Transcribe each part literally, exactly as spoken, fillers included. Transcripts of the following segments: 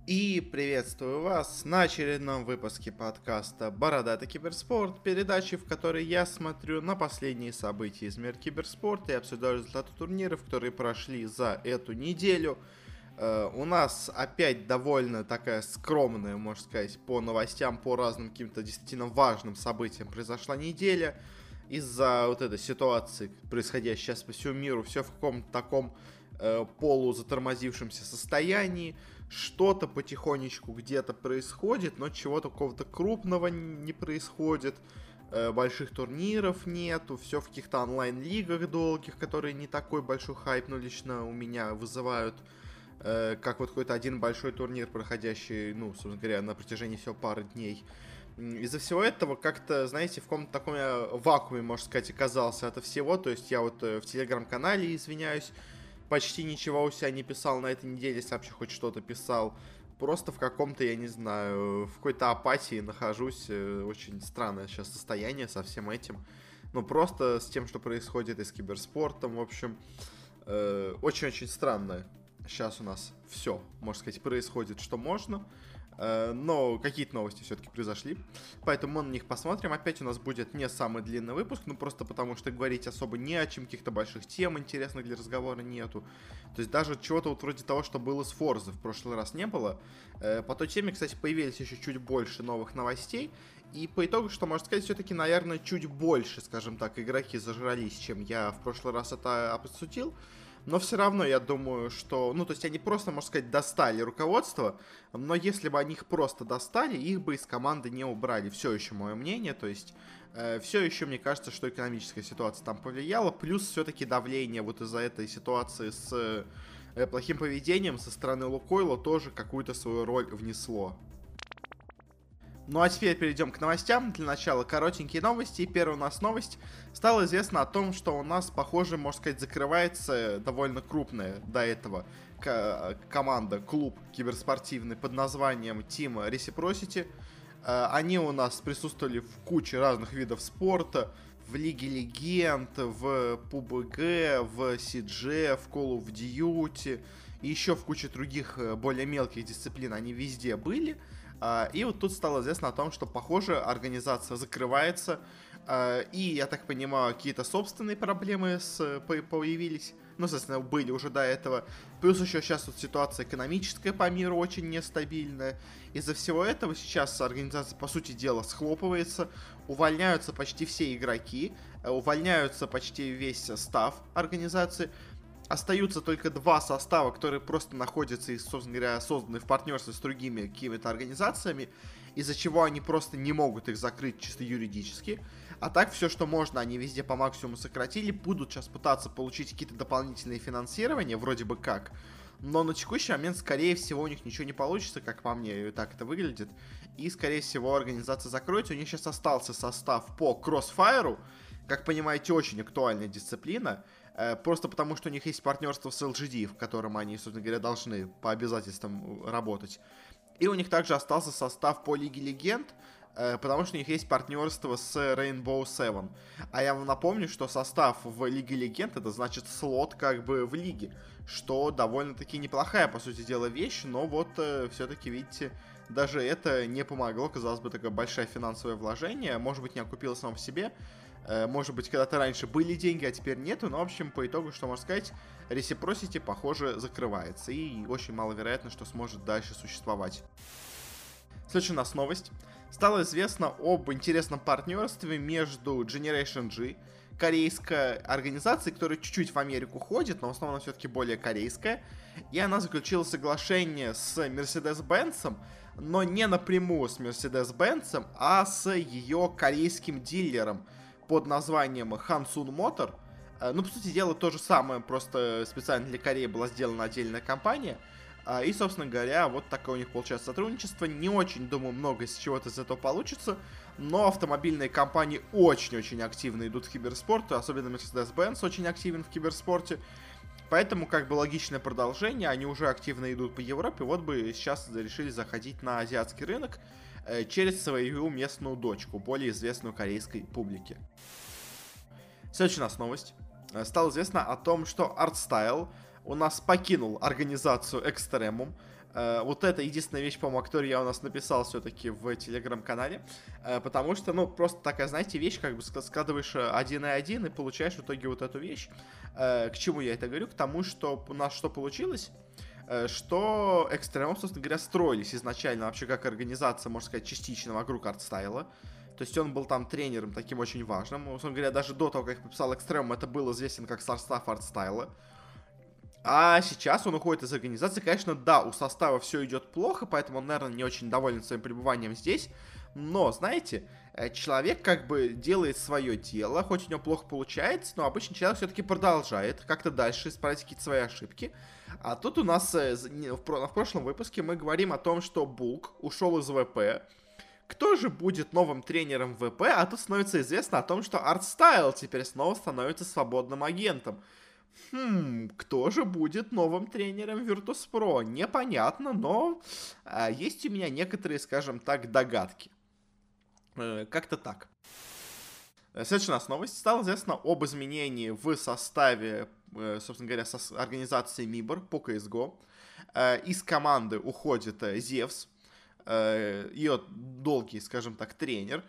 И приветствую вас на очередном выпуске подкаста «Бородатый киберспорт», передачи, в которой я смотрю на последние события из мира киберспорта и обсуждаю результаты турниров, которые прошли за эту неделю. Uh, у нас опять довольно такая скромная, можно сказать, по новостям, по разным каким-то действительно важным событиям произошла неделя. Из-за вот этой ситуации, происходящей сейчас по всему миру, все в каком-то таком uh, полузатормозившемся состоянии. Что-то потихонечку где-то происходит, но чего-то какого-то крупного не происходит. Uh, больших турниров нету, все в каких-то онлайн-лигах долгих, которые не такой большой хайп, но лично у меня вызывают. Как вот какой-то один большой турнир, проходящий, ну, собственно говоря, на протяжении всего пары дней. Из-за всего этого как-то, знаете, в каком-то таком я вакууме, можно сказать, оказался от всего. То есть я вот в телеграм-канале, извиняюсь, почти ничего у себя не писал на этой неделе, если вообще хоть что-то писал. Просто в каком-то, я не знаю, в какой-то апатии нахожусь. Очень странное сейчас состояние со всем этим. Ну, просто с тем, что происходит и с киберспортом, в общем, очень-очень странное. Сейчас у нас все, можно сказать, происходит, что можно. Но какие-то новости все-таки произошли. Поэтому мы на них посмотрим. Опять у нас будет не самый длинный выпуск. Ну, просто потому что говорить особо не о чем. Каких-то больших тем интересных для разговора нету. То есть даже чего-то вот вроде того, что было с Форзой в прошлый раз, не было. По той теме, кстати, появились еще чуть больше новых новостей. И по итогу, что можно сказать, все-таки, наверное, чуть больше, скажем так, игроки зажрались, чем я в прошлый раз это обсудил. Но все равно я думаю, что, ну, то есть они просто, можно сказать, достали руководство, но если бы они их просто достали, их бы из команды не убрали. Все еще мое мнение, то есть э, все еще мне кажется, что экономическая ситуация там повлияла, плюс все-таки давление вот из-за этой ситуации с э, плохим поведением со стороны Лукойла тоже какую-то свою роль внесло. Ну а теперь перейдем к новостям. Для начала коротенькие новости. Первая у нас новость. Стало известно о том, что у нас, похоже, можно сказать, закрывается довольно крупная до этого к- команда, клуб киберспортивный под названием Team Reciprocity. Они у нас присутствовали в куче разных видов спорта. В Лиге Легенд, в пэ у бэ гэ, в си джи, в Call of Duty и еще в куче других более мелких дисциплин. Они везде были. И вот тут стало известно о том, что, похоже, организация закрывается. И, я так понимаю, какие-то собственные проблемы с, появились. Ну, соответственно, были уже до этого. Плюс еще сейчас вот ситуация экономическая по миру очень нестабильная. Из-за всего этого сейчас организация, по сути дела, схлопывается. Увольняются почти все игроки. Увольняются почти весь состав организации. Остаются только два состава, которые просто находятся и, собственно говоря, созданы в партнерстве с другими какими-то организациями, из-за чего они просто не могут их закрыть чисто юридически. А так все, что можно, они везде по максимуму сократили, будут сейчас пытаться получить какие-то дополнительные финансирования, вроде бы как. Но на текущий момент, скорее всего, у них ничего не получится, как по мне, так это выглядит. И, скорее всего, организация закроется. У них сейчас остался состав по Crossfire, как понимаете, очень актуальная дисциплина. Просто потому, что у них есть партнерство с эл джи ди, в котором они, собственно говоря, должны по обязательствам работать. И у них также остался состав по Лиге Легенд, потому что у них есть партнерство с Rainbow Seven. А я вам напомню, что состав в Лиге Легенд, это значит слот как бы в лиге, что довольно-таки неплохая, по сути дела, вещь, но вот все-таки, видите, даже это не помогло, казалось бы, такое большое финансовое вложение, может быть, не окупило само в себе. Может быть, когда-то раньше были деньги, а теперь нету. Но, в общем, по итогу, что можно сказать, Reciprocity, похоже, закрывается. И очень маловероятно, что сможет дальше существовать. Следующая у нас новость. Стало известно об интересном партнерстве между Generation G, корейской организацией, которая чуть-чуть в Америку ходит, но в основном она все-таки более корейская. И она заключила соглашение с Mercedes-Benz, но не напрямую с Mercedes-Benz, а с ее корейским дилером под названием Hansun Motor. Ну, по сути дела, то же самое, просто специально для Кореи была сделана отдельная компания. И, собственно говоря, вот такое у них получается сотрудничество. Не очень, думаю, много из чего-то из этого получится. Но автомобильные компании очень-очень активно идут в киберспорт. Особенно Mercedes-Benz очень активен в киберспорте. Поэтому, как бы, логичное продолжение. Они уже активно идут по Европе. Вот бы сейчас решили заходить на азиатский рынок через свою местную дочку, более известную корейской публике. Следующая у нас новость. Стало известно о том, что ArtStyle у нас покинул организацию Extremum. Э, вот это единственная вещь, по-моему, о которой я у нас написал все-таки в телеграм-канале. Э, потому что, ну, просто такая, знаете, вещь, как бы складываешь один и один и получаешь в итоге вот эту вещь. Э, к чему я это говорю? К тому, что у нас что получилось? Э, что Extreme, собственно говоря, строились изначально вообще как организация, можно сказать, частично вокруг артстайла. То есть он был там тренером таким очень важным. Собственно говоря, даже до того, как я подписал Extreme, это был известен как состав артстайла. А сейчас он уходит из организации. Конечно, да, у состава все идет плохо, поэтому он, наверное, не очень доволен своим пребыванием здесь. Но, знаете, человек как бы делает свое дело, хоть у него плохо получается, но обычно человек все-таки продолжает как-то дальше исправить какие-то свои ошибки. А тут у нас в прошлом выпуске мы говорим о том, что Булк ушел из ВП. Кто же будет новым тренером ВП? А тут становится известно о том, что Артстайл теперь снова становится свободным агентом. Хм, кто же будет новым тренером Virtus.pro? Непонятно, но а, есть у меня некоторые, скажем так, догадки. Э, как-то так. Следующая у нас новость. Стало известно об изменении в составе, э, собственно говоря, со организации Мибор по си эс го. Э, из команды уходит э, Зевс, э, ее долгий, скажем так, тренер.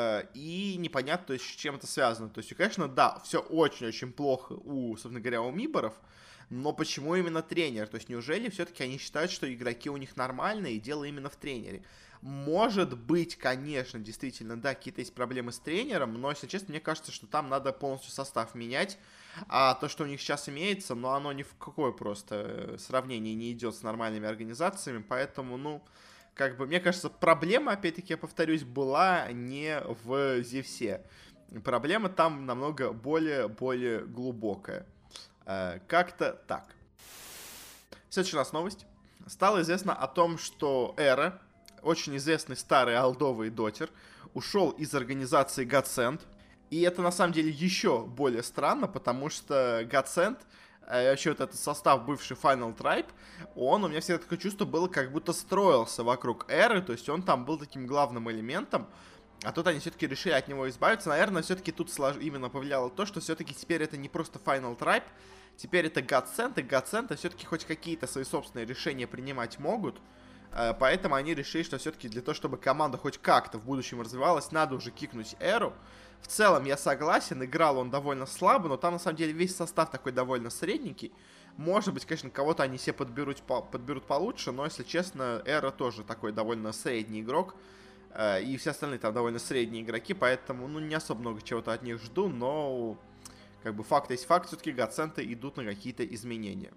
И непонятно, то есть, с чем это связано. То есть, конечно, да, все очень-очень плохо у, собственно говоря, у Миборов, но почему именно тренер? То есть, неужели все-таки они считают, что игроки у них нормальные, и дело именно в тренере? Может быть, конечно, действительно, да, какие-то есть проблемы с тренером, но, если честно, мне кажется, что там надо полностью состав менять, а то, что у них сейчас имеется, ну, оно ни в какое просто сравнение не идет с нормальными организациями, поэтому, ну... Как бы, мне кажется, проблема, опять-таки, я повторюсь, была не в Зевсе. Проблема там намного более-более глубокая. Э, как-то так. Следующая у нас новость. Стало известно о том, что Эра, очень известный старый алдовый дотер, ушел из организации Godsend. И это, на самом деле, еще более странно, потому что Godsend... вообще вот этот состав бывший Final Tribe, он у меня всегда такое чувство было, как будто строился вокруг Эры, то есть он там был таким главным элементом, а тут они все-таки решили от него избавиться. Наверное, все-таки тут слож... именно повлияло то, что все-таки теперь это не просто Final Tribe, теперь это Godsend, и Godsend все-таки хоть какие-то свои собственные решения принимать могут, поэтому они решили, что все-таки для того, чтобы команда хоть как-то в будущем развивалась, надо уже кикнуть Эру. В целом, я согласен, играл он довольно слабо, но там, на самом деле, весь состав такой довольно средненький. Может быть, конечно, кого-то они себе подберут, по подберут получше, но, если честно, Эра тоже такой довольно средний игрок. Э, и все остальные там довольно средние игроки, поэтому, ну, не особо много чего-то от них жду, но, как бы, факт есть факт, все-таки Godsend идут на какие-то изменения.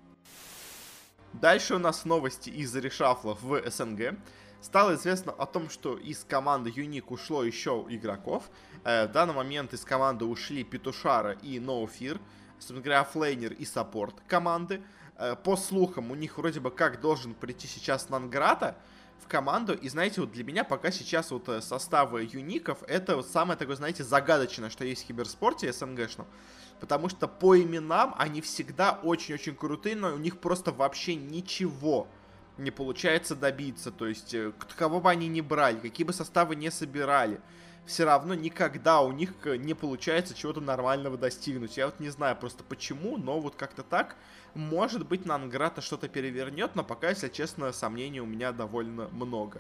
Дальше у нас новости из решафлов в СНГ. Стало известно о том, что из команды Юник ушло еще игроков. Э, в данный момент из команды ушли Петушара и Ноуфир, собственно говоря, флейнер и саппорт команды. Э, по слухам, у них вроде бы как должен прийти сейчас Нанграта в команду. И знаете, вот для меня пока сейчас вот составы Юников, это вот самое такое, знаете, загадочное, что есть в киберспорте СНГшном. Потому что по именам они всегда очень-очень крутые, но у них просто вообще ничего не получается добиться. То есть, кого бы они ни брали, какие бы составы не собирали, все равно никогда у них не получается чего-то нормального достигнуть. Я вот не знаю просто почему, но вот как-то так. Может быть, Нанграта что-то перевернет, но пока, если честно, сомнений у меня довольно много.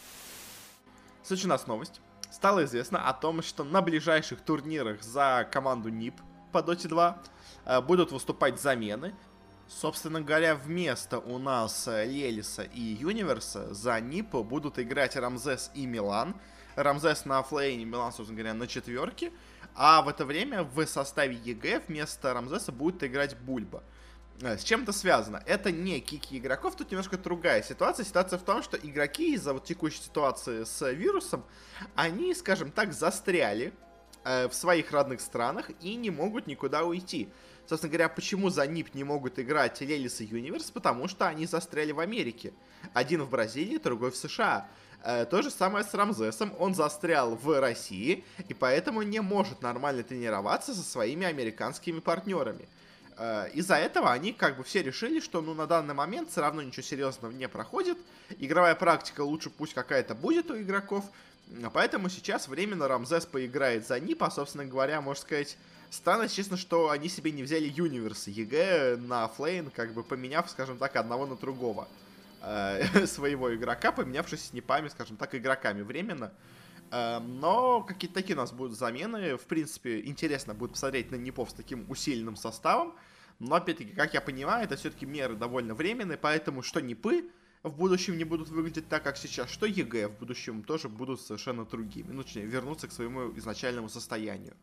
Следующая у нас новость. Стало известно о том, что на ближайших турнирах за команду нип по доте два будут выступать замены. Собственно говоря, вместо у нас Лелиса и Юниверса за нип будут играть Рамзес и Милан. Рамзес на оффлейне, Милан, собственно говоря, на четверке. А в это время в составе ЕГЭ вместо Рамзеса будет играть Бульба. С чем это связано? Это не кики игроков, тут немножко другая ситуация. Ситуация в том, что игроки из-за вот текущей ситуации с вирусом, они, скажем так, застряли э, в своих родных странах и не могут никуда уйти. Собственно говоря, почему за нип не могут играть Лелис и Юниверс? Потому что они застряли в Америке. Один в Бразилии, другой в США. Э, то же самое с Рамзесом. Он застрял в России и поэтому не может нормально тренироваться со своими американскими партнерами. Э, из-за этого они как бы все решили, что ну на данный момент все равно ничего серьезного не проходит. Игровая практика лучше пусть какая-то будет у игроков. Поэтому сейчас временно Рамзес поиграет за нип, а, собственно говоря, можно сказать, странно, честно, что они себе не взяли Юниверс ЕГЭ на флейн, как бы поменяв, скажем так, одного на другого. э, своего игрока, поменявшись с непами, скажем так, игроками временно. Э, но какие-то такие у нас будут замены. В принципе, интересно будет посмотреть на непов с таким усиленным составом. Но, опять-таки, как я понимаю, это все-таки меры довольно временные, поэтому что непы в будущем не будут выглядеть так, как сейчас, что ЕГЭ в будущем тоже будут совершенно другими. Ну, точнее, вернуться к своему изначальному состоянию.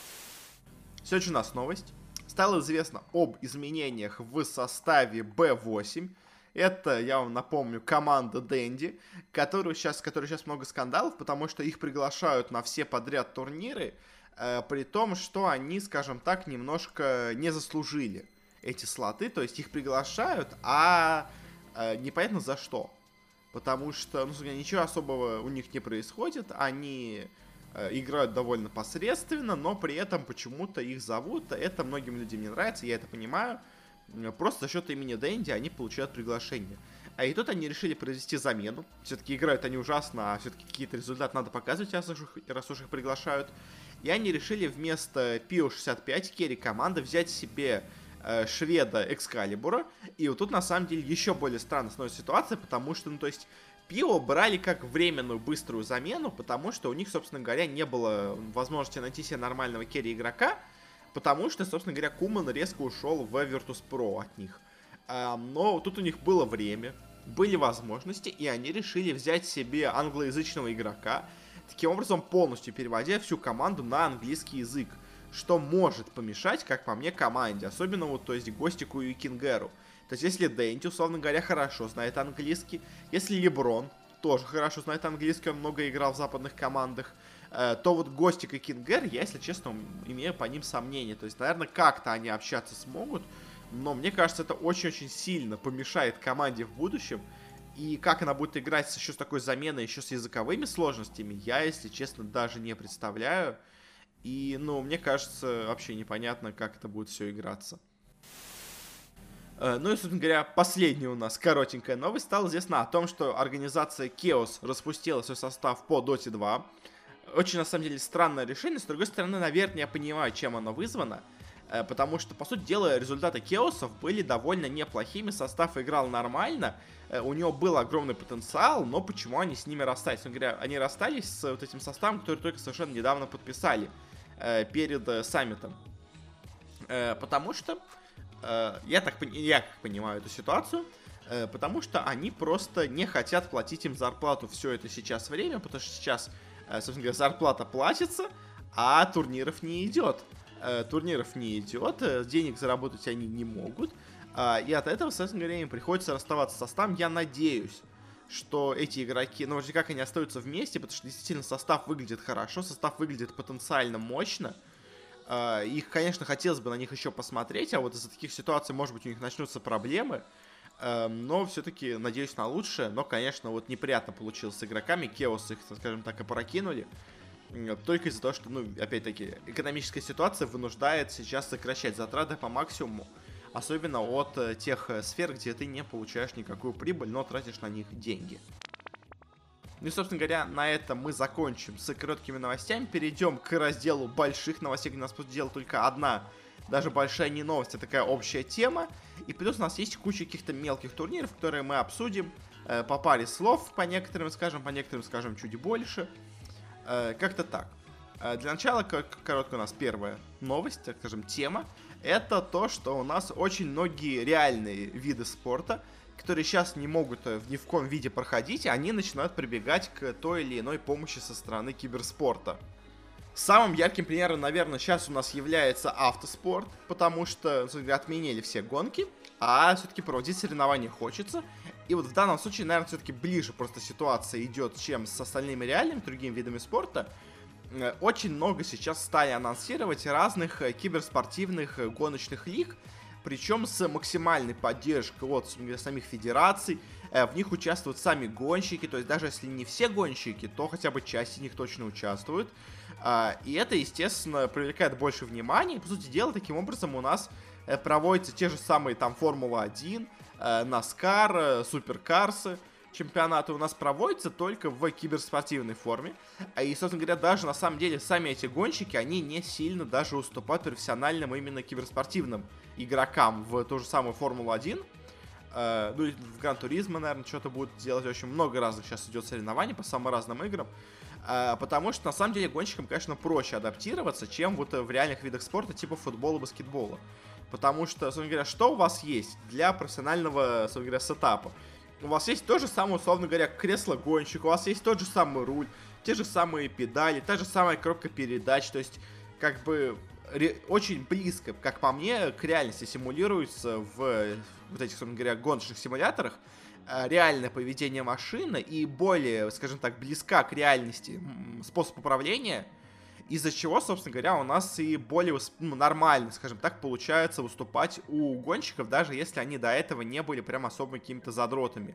Сегодня у нас новость. Стало известно об изменениях в составе бэ восемь. Это, я вам напомню, команда Дэнди, которую сейчас, которой сейчас много скандалов, потому что их приглашают на все подряд турниры, э, при том, что они, скажем так, немножко не заслужили эти слоты. То есть их приглашают, а э, непонятно за что. Потому что, ну, ничего особого у них не происходит, они э, играют довольно посредственно, но при этом почему-то их зовут. Это многим людям не нравится, я это понимаю. Просто за счет имени Дэнди они получают приглашение. А и тут они решили произвести замену. Все-таки играют они ужасно, а все-таки какие-то результаты надо показывать, раз уж, раз уж их приглашают. И они решили вместо пи о шестьдесят пять керри команды взять себе э, шведа Экскалибура. И вот тут на самом деле еще более странная становится ситуация, потому что, ну то есть, пио брали как временную быструю замену, потому что у них, собственно говоря, не было возможности найти себе нормального керри игрока. Потому что, собственно говоря, Куман резко ушел в Virtus.pro от них. А, но тут у них было время, были возможности, и они решили взять себе англоязычного игрока, таким образом полностью переводя всю команду на английский язык, что может помешать, как по мне, команде, особенно вот, то есть, Гостику и Кингеру. То есть, если Дэнди, условно говоря, хорошо знает английский, если Леброн тоже хорошо знает английский, он много играл в западных командах, то вот Гостик и Кингер, я, если честно, имею по ним сомнения. То есть, наверное, как-то они общаться смогут, но мне кажется, это очень-очень сильно помешает команде в будущем. И как она будет играть еще с такой заменой, еще с языковыми сложностями, я, если честно, даже не представляю. И, ну, мне кажется, вообще непонятно, как это будет все играться. Ну и, собственно говоря, последняя у нас коротенькая новость. Стало известно о том, что организация Chaos распустила свой состав по доте два. Очень, на самом деле, странное решение. С другой стороны, наверное, я понимаю, чем оно вызвано. Потому что, по сути дела, результаты Кеосов были довольно неплохими. Состав играл нормально. У него был огромный потенциал, но почему они с ними расстались? Говоря, они расстались с вот этим составом, который только совершенно недавно подписали перед саммитом. Потому что, я так я как понимаю эту ситуацию, потому что они просто не хотят платить им зарплату все это сейчас время, потому что сейчас, собственно говоря, зарплата платится, а турниров не идет. Турниров не идет, денег заработать они не могут, и от этого, собственно говоря, им приходится расставаться с составом. Я надеюсь, что эти игроки, ну, вроде как они остаются вместе, потому что действительно состав выглядит хорошо, состав выглядит потенциально мощно. Их, конечно, хотелось бы на них еще посмотреть, а вот из-за таких ситуаций, может быть, у них начнутся проблемы. Но все-таки надеюсь на лучшее. Но, конечно, вот неприятно получилось с игроками. Кеос их, скажем так, опрокинули. Только из-за того, что, ну, опять-таки, экономическая ситуация вынуждает сейчас сокращать затраты по максимуму. Особенно от тех сфер, где ты не получаешь никакую прибыль, но тратишь на них деньги. Ну и, собственно говоря, на этом мы закончим с короткими новостями. Перейдем к разделу больших новостей, где у нас будет делать только одна, даже большая не новость, а такая общая тема. И плюс у нас есть куча каких-то мелких турниров, которые мы обсудим э, по паре слов, по некоторым скажем, по некоторым скажем чуть больше. Э, как-то так. Э, для начала, короткая у нас первая новость, так скажем, тема. Это то, что у нас очень многие реальные виды спорта, которые сейчас не могут ни в коем виде проходить, они начинают прибегать к той или иной помощи со стороны киберспорта. Самым ярким примером, наверное, сейчас у нас является автоспорт, потому что отменили все гонки, а все-таки проводить соревнования хочется. И вот в данном случае, наверное, все-таки ближе просто ситуация идет, чем с остальными реальными другими видами спорта. Очень много сейчас стали анонсировать разных киберспортивных гоночных лиг, причем с максимальной поддержкой от самих федераций. В них участвуют сами гонщики, то есть даже если не все гонщики, то хотя бы часть из них точно участвуют. И это, естественно, привлекает больше внимания. И, по сути дела, таким образом у нас проводятся те же самые там Формула один, Наскар, Суперкарсы. Чемпионаты у нас проводятся только в киберспортивной форме. И, собственно говоря, даже на самом деле сами эти гонщики, они не сильно даже уступают профессиональным именно киберспортивным игрокам в ту же самую Формулу один. Э, ну, и в Гран Туризмо, наверное, что-то будут делать. Очень много разных сейчас идет соревнований по самым разным играм. Э, потому что, на самом деле, гонщикам, конечно, проще адаптироваться, чем вот в реальных видах спорта, типа футбола, баскетбола. Потому что, собственно говоря, что у вас есть для профессионального, собственно говоря, сетапа? У вас есть то же самое, условно говоря, кресло гонщика, у вас есть тот же самый руль, те же самые педали, та же самая коробка передач, то есть, как бы, очень близко, как по мне, к реальности симулируется в вот этих, собственно говоря, гоночных симуляторах реальное поведение машины и более, скажем так, близка к реальности способ управления, из-за чего, собственно говоря, у нас и более ну, нормально, скажем так, получается выступать у гонщиков, даже если они до этого не были прям особо какими-то задротами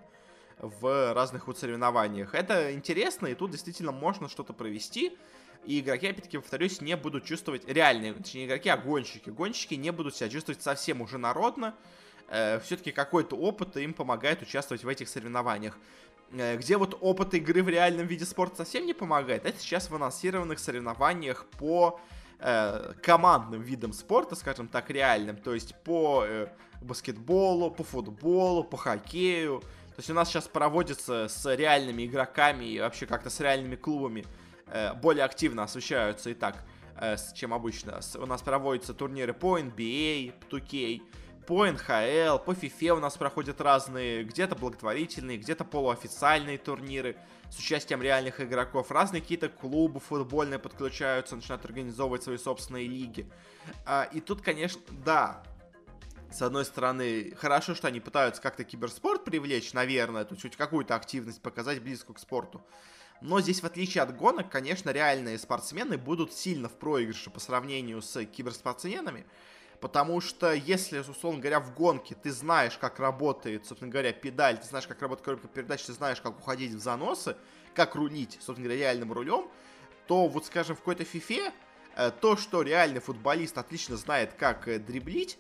в разных вот соревнованиях. Это интересно, и тут действительно можно что-то провести, и игроки, опять-таки, повторюсь, не будут чувствовать, реальные, точнее, не игроки, а гонщики. Гонщики не будут себя чувствовать совсем уже народно, э, все-таки какой-то опыт им помогает участвовать в этих соревнованиях. Где вот опыт игры в реальном виде спорта совсем не помогает, это сейчас в анонсированных соревнованиях по э, командным видам спорта, скажем так, реальным, то есть по э, баскетболу, по футболу, по хоккею. То есть у нас сейчас проводится с реальными игроками и вообще как-то с реальными клубами, э, более активно освещаются и так, э, чем обычно. У нас проводятся турниры по эн би эй, по ту кей, по эн ха эл, по фифе у нас проходят разные, где-то благотворительные, где-то полуофициальные турниры с участием реальных игроков. Разные какие-то клубы футбольные подключаются, начинают организовывать свои собственные лиги. А, и тут, конечно, да, с одной стороны, хорошо, что они пытаются как-то киберспорт привлечь, наверное, то есть хоть какую-то активность показать близкую к спорту. Но здесь, в отличие от гонок, конечно, реальные спортсмены будут сильно в проигрыше по сравнению с киберспортсменами. Потому что если, условно говоря, в гонке ты знаешь, как работает, собственно говоря, педаль, ты знаешь, как работает коробка передач, ты знаешь, как уходить в заносы, как рулить, собственно говоря, реальным рулем, то вот, скажем, в какой-то фифе то, что реальный футболист отлично знает, как дриблить,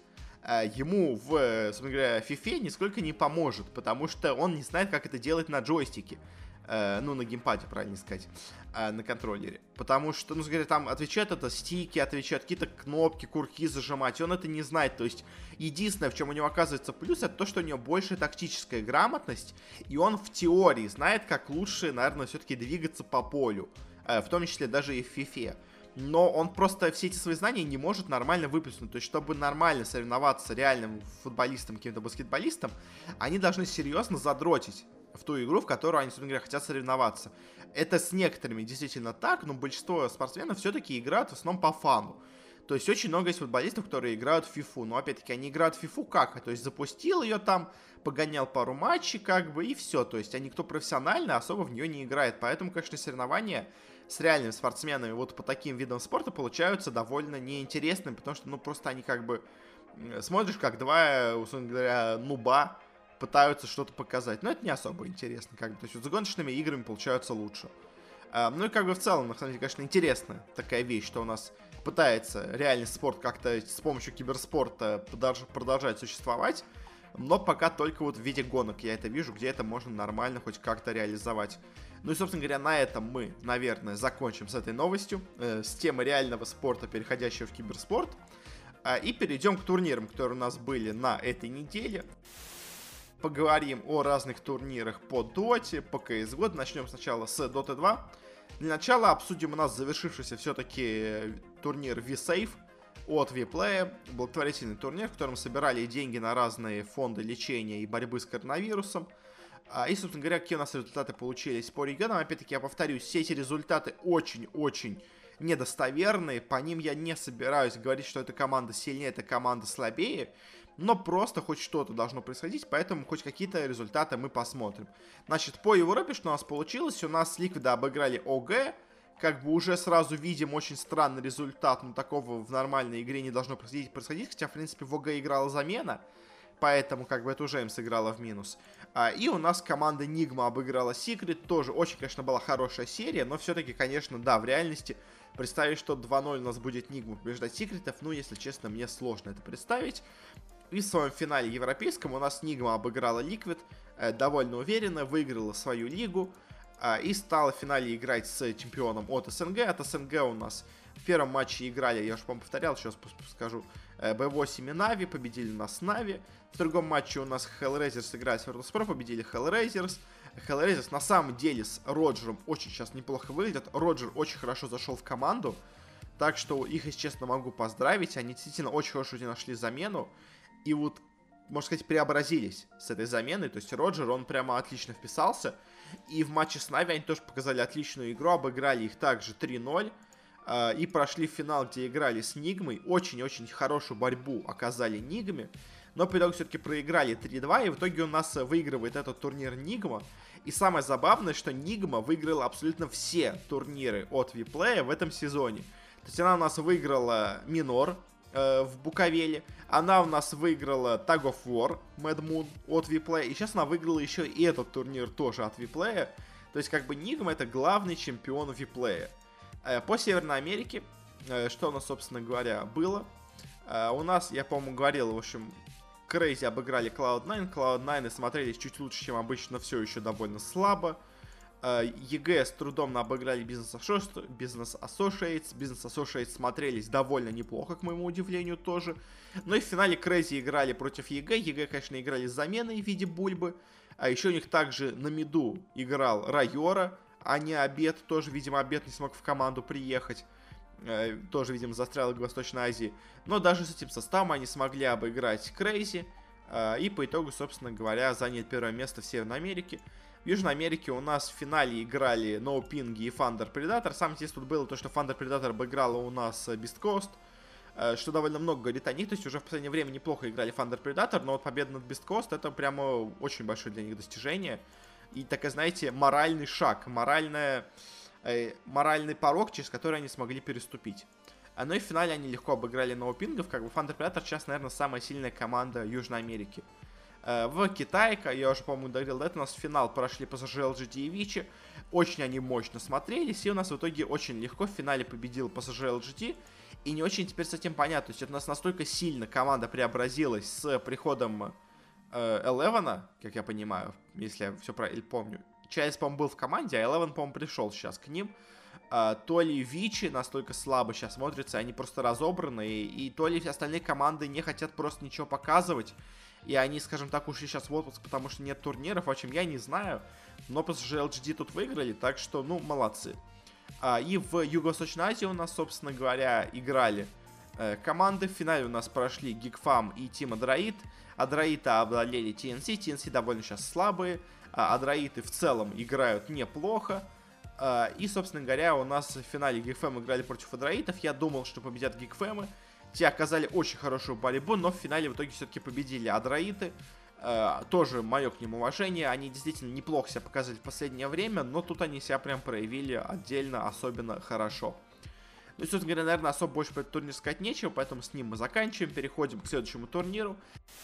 ему в, собственно говоря, фифе нисколько не поможет, потому что он не знает, как это делать на джойстике. Ну, на геймпаде, правильно сказать, на контроллере. Потому что, ну, говоря, там отвечают это стики, отвечают какие-то кнопки, курки зажимать, и он это не знает. То есть, единственное, в чем у него оказывается плюс, это то, что у него больше тактическая грамотность, и он в теории знает, как лучше, наверное, все-таки двигаться по полю, в том числе даже и в фифе. Но он просто все эти свои знания не может нормально выплеснуть. То есть, чтобы нормально соревноваться реальным футболистом, каким-то баскетболистом, они должны серьезно задротить в ту игру, в которую они, собственно говоря, хотят соревноваться. Это с некоторыми действительно так, но большинство спортсменов все-таки играют в основном по фану. То есть очень много есть футболистов, которые играют в фифу, но опять-таки они играют в фифу как? То есть запустил ее там, погонял пару матчей как бы и все. То есть они кто профессионально особо в нее не играет. Поэтому, конечно, соревнования с реальными спортсменами вот по таким видам спорта получаются довольно неинтересными, потому что ну просто они как бы смотришь как два, условно говоря, нуба пытаются что-то показать. Но это не особо интересно. Как бы. То есть вот с гоночными играми получаются лучше. А, ну и как бы в целом, на самом деле, конечно, интересная такая вещь, что у нас пытается реальный спорт как-то с помощью киберспорта продолжать существовать. Но пока только вот в виде гонок я это вижу, где это можно нормально хоть как-то реализовать. Ну и, собственно говоря, на этом мы, наверное, закончим с этой новостью. Э, с темы реального спорта, переходящего в киберспорт. Э, и перейдем к турнирам, которые у нас были на этой неделе. Поговорим о разных турнирах по Доте, по си эс го. Начнем сначала с Дота два. Для начала обсудим у нас завершившийся все-таки турнир V-Safe от Vplay. Благотворительный турнир, в котором собирали деньги на разные фонды лечения и борьбы с коронавирусом. И, собственно говоря, какие у нас результаты получились по регионам. Опять-таки, я повторюсь, все эти результаты очень-очень недостоверные. По ним я не собираюсь говорить, что эта команда сильнее, эта команда слабее. Но просто хоть что-то должно происходить, поэтому хоть какие-то результаты мы посмотрим. Значит, по Европе что у нас получилось? У нас Ликвиды обыграли ОГ. Как бы уже сразу видим очень странный результат, но такого в нормальной игре не должно происходить, происходить хотя, в принципе, в ОГ играла замена. Поэтому, как бы, это уже им сыграло в минус. А, и у нас команда Нигма обыграла Secret. Тоже очень, конечно, была хорошая серия. Но все-таки, конечно, да, в реальности представить, что два ноль у нас будет Нигма побеждать Секретов, ну, если честно, мне сложно это представить. И в своем финале европейском у нас Нигма обыграла Liquid. Э, довольно уверенно, выиграла свою лигу. Э, и стала в финале играть с чемпионом от СНГ. От СНГ у нас В первом матче играли, я уже, по-моему, повторял, сейчас скажу, би восемь и Нави, победили нас Нави. В другом матче у нас Hellraisers играли с Virtus.pro, победили Hellraisers. Hellraisers на самом деле с Роджером очень сейчас неплохо выглядят. Роджер очень хорошо зашел в команду, так что их, если честно, могу поздравить. Они действительно очень хорошо нашли замену. И вот, можно сказать, преобразились с этой заменой. То есть Роджер, он прямо отлично вписался. И в матче с Нави они тоже показали отличную игру, обыграли их также три ноль. И прошли в финал, где играли с Нигмой. Очень-очень хорошую борьбу оказали Нигме. Но по итогу все-таки проиграли три два. И в итоге у нас выигрывает этот турнир Нигма. И самое забавное, что Нигма выиграла абсолютно все турниры от Виплея в этом сезоне. То есть она у нас выиграла Минор э, в Буковеле. Она у нас выиграла Tag of War Mad Moon от Виплея. И сейчас она выиграла еще и этот турнир тоже от Виплея. То есть как бы Нигма это главный чемпион Виплея. По Северной Америке, что у нас, собственно говоря, было? У нас, я, по-моему, говорил, в общем, Crazy обыграли клауд найн. клауд найн смотрелись чуть лучше, чем обычно, все еще довольно слабо. и джи с трудом обыграли Business Associates. Business Associates смотрелись довольно неплохо, к моему удивлению, тоже. Но и в финале Crazy играли против и джи. и джи, конечно, играли с заменой в виде Бульбы. А еще у них также на миду играл Райора, а не Обед. Тоже, видимо, Обед не смог в команду приехать. Э, тоже, видимо, застрял в Восточной Азии. Но даже с этим составом они смогли обыграть Crazy. Э, и по итогу, собственно говоря, заняли первое место в Северной Америке. В Южной Америке у нас в финале играли NoPing и Thunder Predator. Самое интересное тут было то, что Thunder Predator обыграла у нас Beast Coast. Э, что довольно много говорит о них. То есть уже в последнее время неплохо играли Thunder Predator. Но вот победа над Beast Coast это прямо очень большое для них достижение. И, так и знаете, моральный шаг, моральная, э, моральный порог, через который они смогли переступить. А ну и в финале они легко обыграли NoPing'ов, как бы Thunder Predator сейчас, наверное, самая сильная команда Южной Америки. Э, в Китае, я уже, по-моему, говорил, это у нас в финал прошли пэ эс жи эл джи ди и Вичи. Очень они мощно смотрелись, и у нас в итоге очень легко в финале победил пэ эс жи эл джи ди. И не очень теперь с этим понятно, то есть это у нас настолько сильно команда преобразилась с приходом Элевена, как я понимаю, если я все правильно помню. Чайлз, по-моему, был в команде, а Элевен, по-моему, пришел сейчас к ним. А, то ли Вичи настолько слабо сейчас смотрятся, они просто разобраны, и, и то ли остальные команды не хотят просто ничего показывать, и они, скажем так, ушли сейчас в отпуск, потому что нет турниров, в общем, я не знаю, но пэ эс жи эл джи ди тут выиграли, так что, ну, молодцы. А, и в Юго-Восточной Азии у нас, собственно говоря, играли э, команды. В финале у нас прошли Geekfam и Team Adroid. Адроиты обладали ти эн си. ти эн си довольно сейчас слабые. А Адроиты в целом играют неплохо. А, и, собственно говоря, у нас в финале Geekfam играли против Адроитов. Я думал, что победят Geekfam. Те оказали очень хорошую борьбу, но в финале в итоге все-таки победили Адроиты. Uh, тоже мое к ним уважение. Они действительно неплохо себя показывали в последнее время, но тут они себя прям проявили отдельно, особенно хорошо. Ну и, собственно говоря, наверное, особо больше про этот турнир сказать нечего, поэтому с ним мы заканчиваем, переходим к следующему турниру.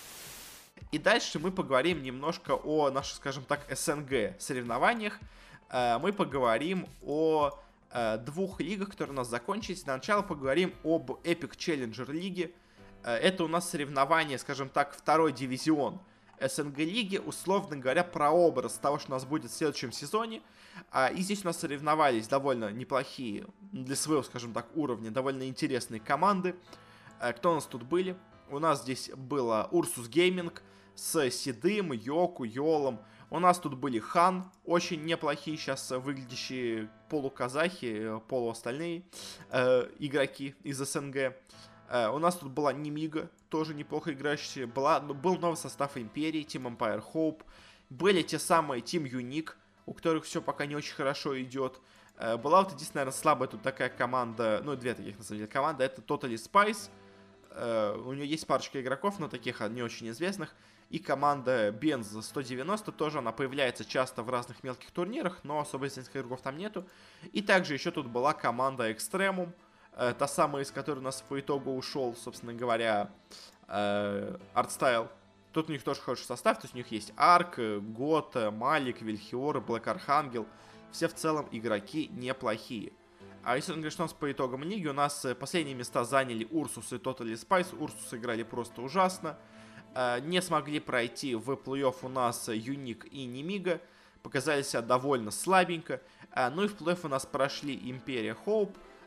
И дальше мы поговорим немножко о наших, скажем так, эс эн гэ соревнованиях. Uh, мы поговорим о uh, двух лигах, которые у нас закончились. Для начала поговорим об Epic Challenger лиге. Uh, это у нас соревнование, скажем так, второй дивизион эс эн гэ лиги, условно говоря, прообраз того, что у нас будет в следующем сезоне. А, и здесь у нас соревновались довольно неплохие, для своего, скажем так, уровня, довольно интересные команды. А, кто у нас тут были? У нас здесь было Ursus Gaming с Седым, Йоку, Йолом. У нас тут были Хан, очень неплохие сейчас выглядящие полуказахи, полуостальные э, игроки из эс эн гэ. Uh, у нас тут была Немига, тоже неплохо играющая. Была, был новый состав Империи, Team Empire Hope. Были те самые Team Unique, у которых все пока не очень хорошо идет. Uh, была вот единственная, наверное, слабая тут такая команда, ну, две таких, на самом деле, команды. Это Totally Spice. Uh, у нее есть парочка игроков, но таких не очень известных. И команда Benz сто девяносто, тоже она появляется часто в разных мелких турнирах, но особо известных игроков там нету. И также еще тут была команда Extremum. Та самая, из которой у нас по итогу ушел, собственно говоря, Артстайл. Тут у них тоже хороший состав, то есть у них есть Арк, Гот, Малик, Вильхиор, Блэк Архангел. Все в целом игроки неплохие. А если говорить, что у нас по итогам лиги, у нас последние места заняли Урсус и Totally Spice. Урсус играли просто ужасно. Не смогли пройти в плей-офф у нас Юник и Немига. Показали себя довольно слабенько. Ну и в плей-офф у нас прошли Империя Хоуп,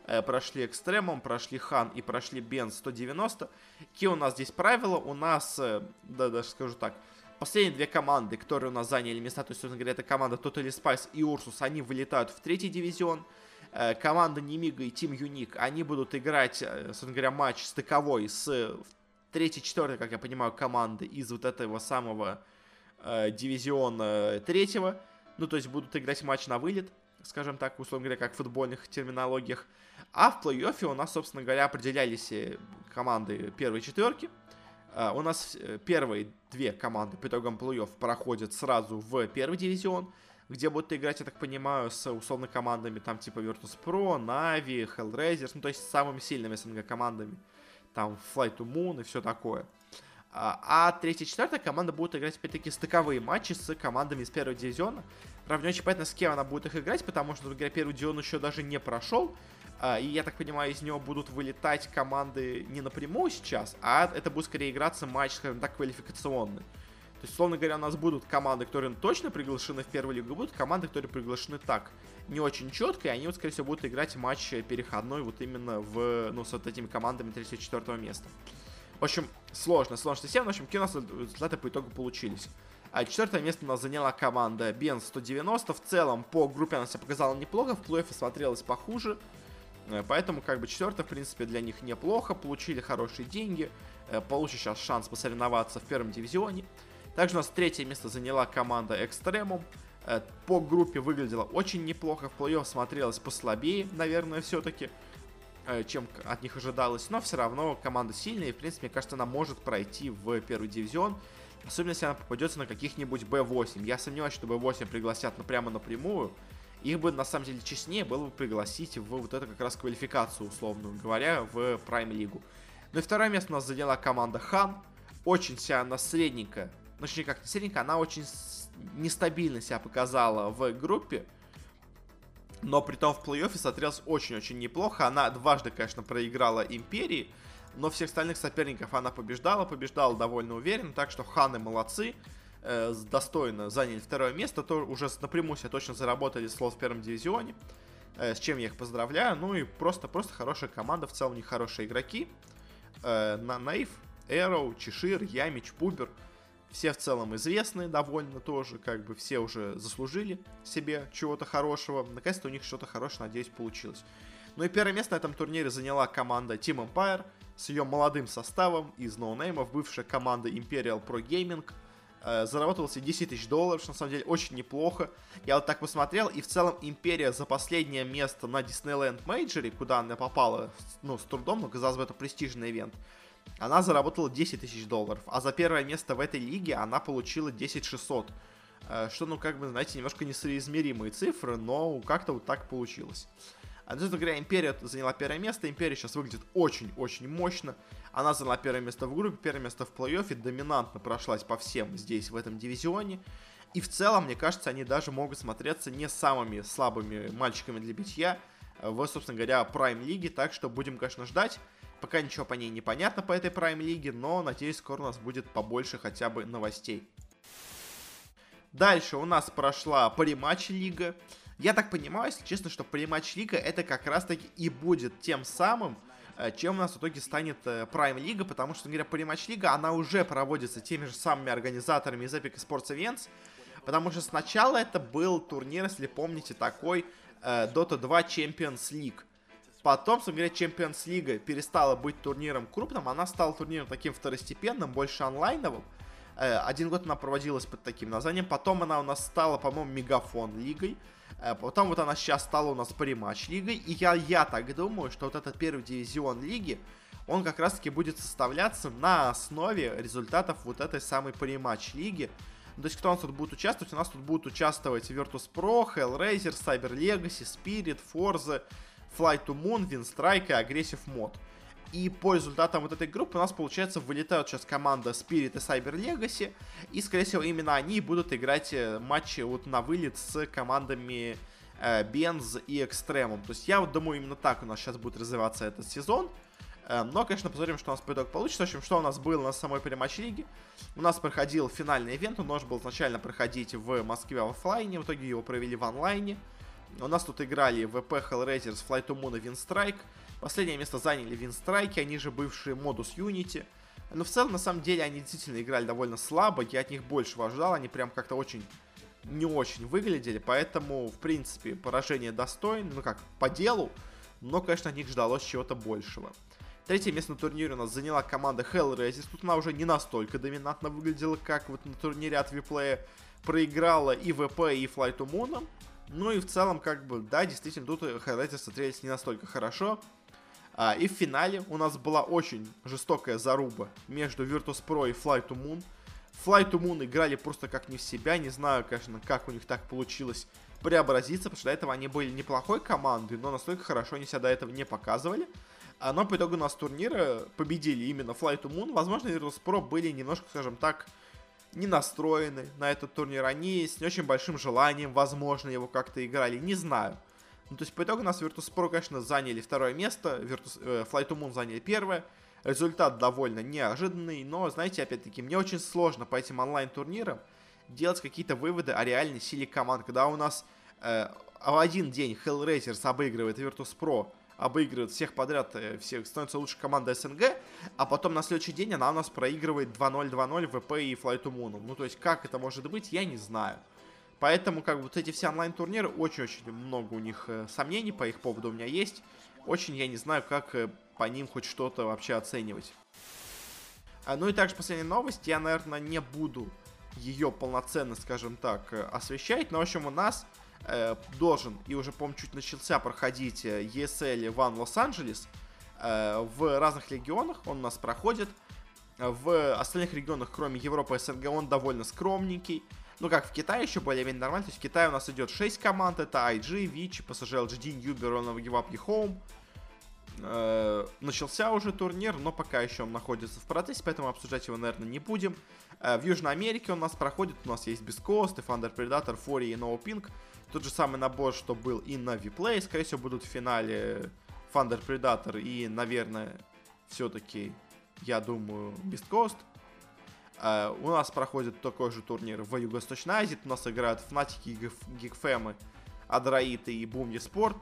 э, прошли Экстремум, прошли Хан и прошли Бен сто девяносто. Какие у нас здесь правила? У нас, э, да, даже скажу так, последние две команды, которые у нас заняли места, то есть, собственно говоря, это команда Totally Spice и Ursus, они вылетают в третий дивизион. Э, команда Nemiga и Team Unique, они будут играть, э, собственно говоря, матч стыковой с третьей, четвертой, как я понимаю, команды из вот этого самого э, дивизиона третьего. Ну, то есть будут играть матч на вылет, скажем так, условно говоря, как в футбольных терминологиях. А в плей-оффе у нас, собственно говоря, определялись команды первой четверки. Uh, у нас первые две команды по итогам плей-офф проходят сразу в первый дивизион, где будут играть, я так понимаю, с условно командами там типа Virtus.pro, Na'Vi, Hellraisers, ну то есть с самыми сильными СНГ командами, там Fly to Moon и все такое. Uh, а третья и четвертая команда будут играть опять-таки стыковые матчи с командами из первого дивизиона. Правда, не очень понятно, с кем она будет их играть, потому что, говоря, первый дивизион еще даже не прошел. Uh, и, я так понимаю, из него будут вылетать команды не напрямую сейчас, а это будет скорее играться матч, скажем так, квалификационный. То есть, условно говоря, у нас будут команды, которые точно приглашены в первую лигу, будут команды, которые приглашены так, не очень четко, и они, вот, скорее всего, будут играть матч переходной вот именно в, ну, с вот этими командами третьего и четвёртого места. В общем, сложно, сложно система, в общем, какие у нас результаты по итогу получились. А четвертое место у нас заняла команда Бен сто девяносто, в целом по группе она себя показала неплохо, в плей-оффе смотрелась похуже. Поэтому, как бы, четвертое, в принципе, для них неплохо. Получили хорошие деньги. Получит сейчас шанс посоревноваться в первом дивизионе. Также у нас третье место заняла команда Extremum. По группе выглядела очень неплохо. В плей-офф смотрелась послабее, наверное, все-таки, чем от них ожидалось. Но все равно команда сильная. И, в принципе, мне кажется, она может пройти в первый дивизион. Особенно, если она попадется на каких-нибудь би восемь. Я сомневаюсь, что би восемь пригласят ну, прямо напрямую. Их бы, на самом деле, честнее было бы пригласить в вот эту как раз квалификацию, условно говоря, в Прайм-лигу. Ну и второе место у нас заняла команда Хан. Очень себя она средненькая, ну, точнее, как не средненькая, она очень нестабильно себя показала в группе. Но при том в плей-оффе смотрелась очень-очень неплохо. Она дважды, конечно, проиграла Империи, но всех остальных соперников она побеждала, побеждала довольно уверенно. Так что Ханы молодцы. Достойно заняли второе место, то уже напрямую себе точно заработали слот в первом дивизионе, с чем я их поздравляю. Ну и просто, просто хорошая команда, в целом у них хорошие игроки. Наив, Эроу, Чешир, Ямич, Пубер, все в целом известные довольно тоже, как бы все уже заслужили себе чего-то хорошего. Наконец-то у них что-то хорошее, надеюсь, получилось. Ну и первое место на этом турнире заняла команда Team Empire с ее молодым составом из ноунеймов, бывшая команда Imperial Pro Gaming. Заработал себе десять тысяч долларов, что на самом деле очень неплохо. Я вот так посмотрел, и в целом Империя за последнее место на Disneyland Major, куда она попала, ну, с трудом, но, казалось бы, это престижный ивент, она заработала десять тысяч долларов. А за первое место в этой лиге она получила десять тысяч шестьсот. Что, ну, как бы, знаете, немножко несоизмеримые цифры, но как-то вот так получилось. А, собственно говоря, Империя заняла первое место. Империя сейчас выглядит очень-очень мощно. Она заняла первое место в группе, первое место в плей-оффе. Доминантно прошлась по всем здесь, в этом дивизионе. И в целом, мне кажется, они даже могут смотреться не самыми слабыми мальчиками для битья в, собственно говоря, Прайм-лиге. Так что будем, конечно, ждать. Пока ничего по ней не понятно по этой Прайм-лиге, но, надеюсь, скоро у нас будет побольше хотя бы новостей. Дальше у нас прошла париматч-лига. Я так понимаю, если честно, что париматч-лига это как раз-таки и будет тем самым, чем у нас в итоге станет Прайм-лига, потому что, говоря, париматч-лига, она уже проводится теми же самыми организаторами из Epic Sports Events, потому что сначала это был турнир, если помните, такой Dota два Champions League. Потом, собственно говоря, Champions League перестала быть турниром крупным, она стала турниром таким второстепенным, больше онлайновым. Один год она проводилась под таким названием, потом она у нас стала, по-моему, Мегафон лигой. Потом вот она сейчас стала у нас париматч лигой. И я, я так думаю, что вот этот первый дивизион лиги, он как раз таки будет составляться на основе результатов вот этой самой париматч лиги. То есть кто у нас тут будет участвовать? У нас тут будут участвовать Virtus.pro, Hellraiser, Cyber Legacy, Spirit, Forza, Fly to Moon, Winstrike и Aggressive Mod. И по результатам вот этой группы у нас, получается, вылетают сейчас команда Spirit и Cyber Legacy. И, скорее всего, именно они будут играть матчи вот на вылет с командами э, Benz и Extremum. То есть я вот думаю, именно так у нас сейчас будет развиваться этот сезон. Э, но, конечно, посмотрим, что у нас по итогу получится. В общем, что у нас было на самой париматч-лиге. У нас проходил финальный ивент. Он должен был изначально проходить в Москве в оффлайне. В итоге его провели в онлайне. У нас тут играли ви пи, Hellraisers, Fly to Moon и Winstrike. Последнее место заняли Winstrike, они же бывшие Modus Unity. Но в целом, на самом деле, они действительно играли довольно слабо. Я от них большего ожидал, они прям как-то очень... не очень выглядели, поэтому, в принципе, поражение достойно, ну как, по делу, но, конечно, от них ждалось чего-то большего. Третье место на турнире у нас заняла команда Hellraisers, тут она уже не настолько доминантно выглядела, как вот на турнире от Виплея, проиграла и ви пи, и Fly to Moon, ну и в целом, как бы, да, действительно, тут Hellraisers смотрелись не настолько хорошо. А, и в финале у нас была очень жестокая заруба между Virtus.pro и Fly to Moon. Fly to Moon играли просто как не в себя. Не знаю, конечно, как у них так получилось преобразиться, потому что до этого они были неплохой командой, но настолько хорошо они себя до этого не показывали. Но по итогу у нас турнира победили именно Fly to Moon. Возможно, Virtus.pro были немножко, скажем так, не настроены на этот турнир. Они с не очень большим желанием, возможно, его как-то играли, не знаю. Ну, то есть по итогу у нас Virtus.pro, конечно, заняли второе место, Virtus, э, Fly to Moon заняли первое. Результат довольно неожиданный, но, знаете, опять-таки, мне очень сложно по этим онлайн-турнирам делать какие-то выводы о реальной силе команд. Когда у нас э, в один день Hellraisers обыгрывает Virtus.pro, обыгрывает всех подряд, э, всех, становится лучшей командой СНГ, а потом на следующий день она у нас проигрывает два ноль два ноль ви пи и Fly to Moon. Ну, то есть, как это может быть, я не знаю. Поэтому, как бы, вот эти все онлайн-турниры, очень-очень много у них э, сомнений по их поводу у меня есть. Очень я не знаю, как э, по ним хоть что-то вообще оценивать. А, ну и также последняя новость. Я, наверное, не буду ее полноценно, скажем так, э, освещать. Но, в общем, у нас э, должен, и уже, по-моему, чуть начался проходить э, и эс эл One Los-Angeles. Э, в разных регионах он у нас проходит. В остальных регионах, кроме Европы и СНГ, он довольно скромненький. Ну, как в Китае еще более-менее нормально. То есть в Китае у нас идет шесть команд. Это ай джи, Вичи, пи эс джи эл джи ди, Ньюбер, Ronov, Give Up, Home. Э, начался уже турнир, но пока еще он находится в процессе, поэтому обсуждать его, наверное, не будем. Э, в Южной Америке у нас проходит. У нас есть Biscoast, Thunder Predator, Fury и No Pink. Тот же самый набор, что был и на Vplay. Скорее всего, будут в финале Thunder Predator и, наверное, все-таки, я думаю, Biscoast. Uh, у нас проходит такой же турнир в Юго-Восточной Азии. У нас играют Fnatic, Geekfam, Адроиты и Бумни Спорт.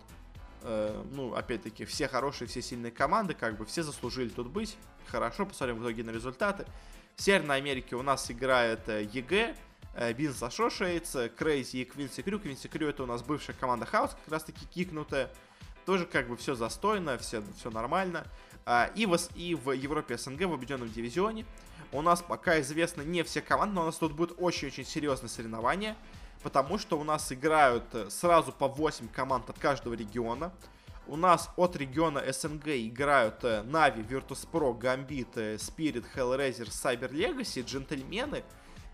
Uh, ну, опять-таки, все хорошие, все сильные команды, как бы все заслужили тут быть. Хорошо, посмотрим в итоге на результаты. В Северной Америке у нас играет uh, и джи, uh, Beans Associates, Crazy и Quincy Crew. Quincy Crew — это у нас бывшая команда House, как раз-таки кикнутая. Тоже как бы все застойно, все, все нормально. Uh, и, в, и в Европе СНГ в объединенном дивизионе у нас пока известно не все команды, но у нас тут будет очень-очень серьезное соревнование, потому что у нас играют сразу по восемь команд от каждого региона. У нас от региона СНГ играют Na'Vi, Virtus.pro, Gambit, Spirit, Hellraisers, Cyber Legacy, Джентльмены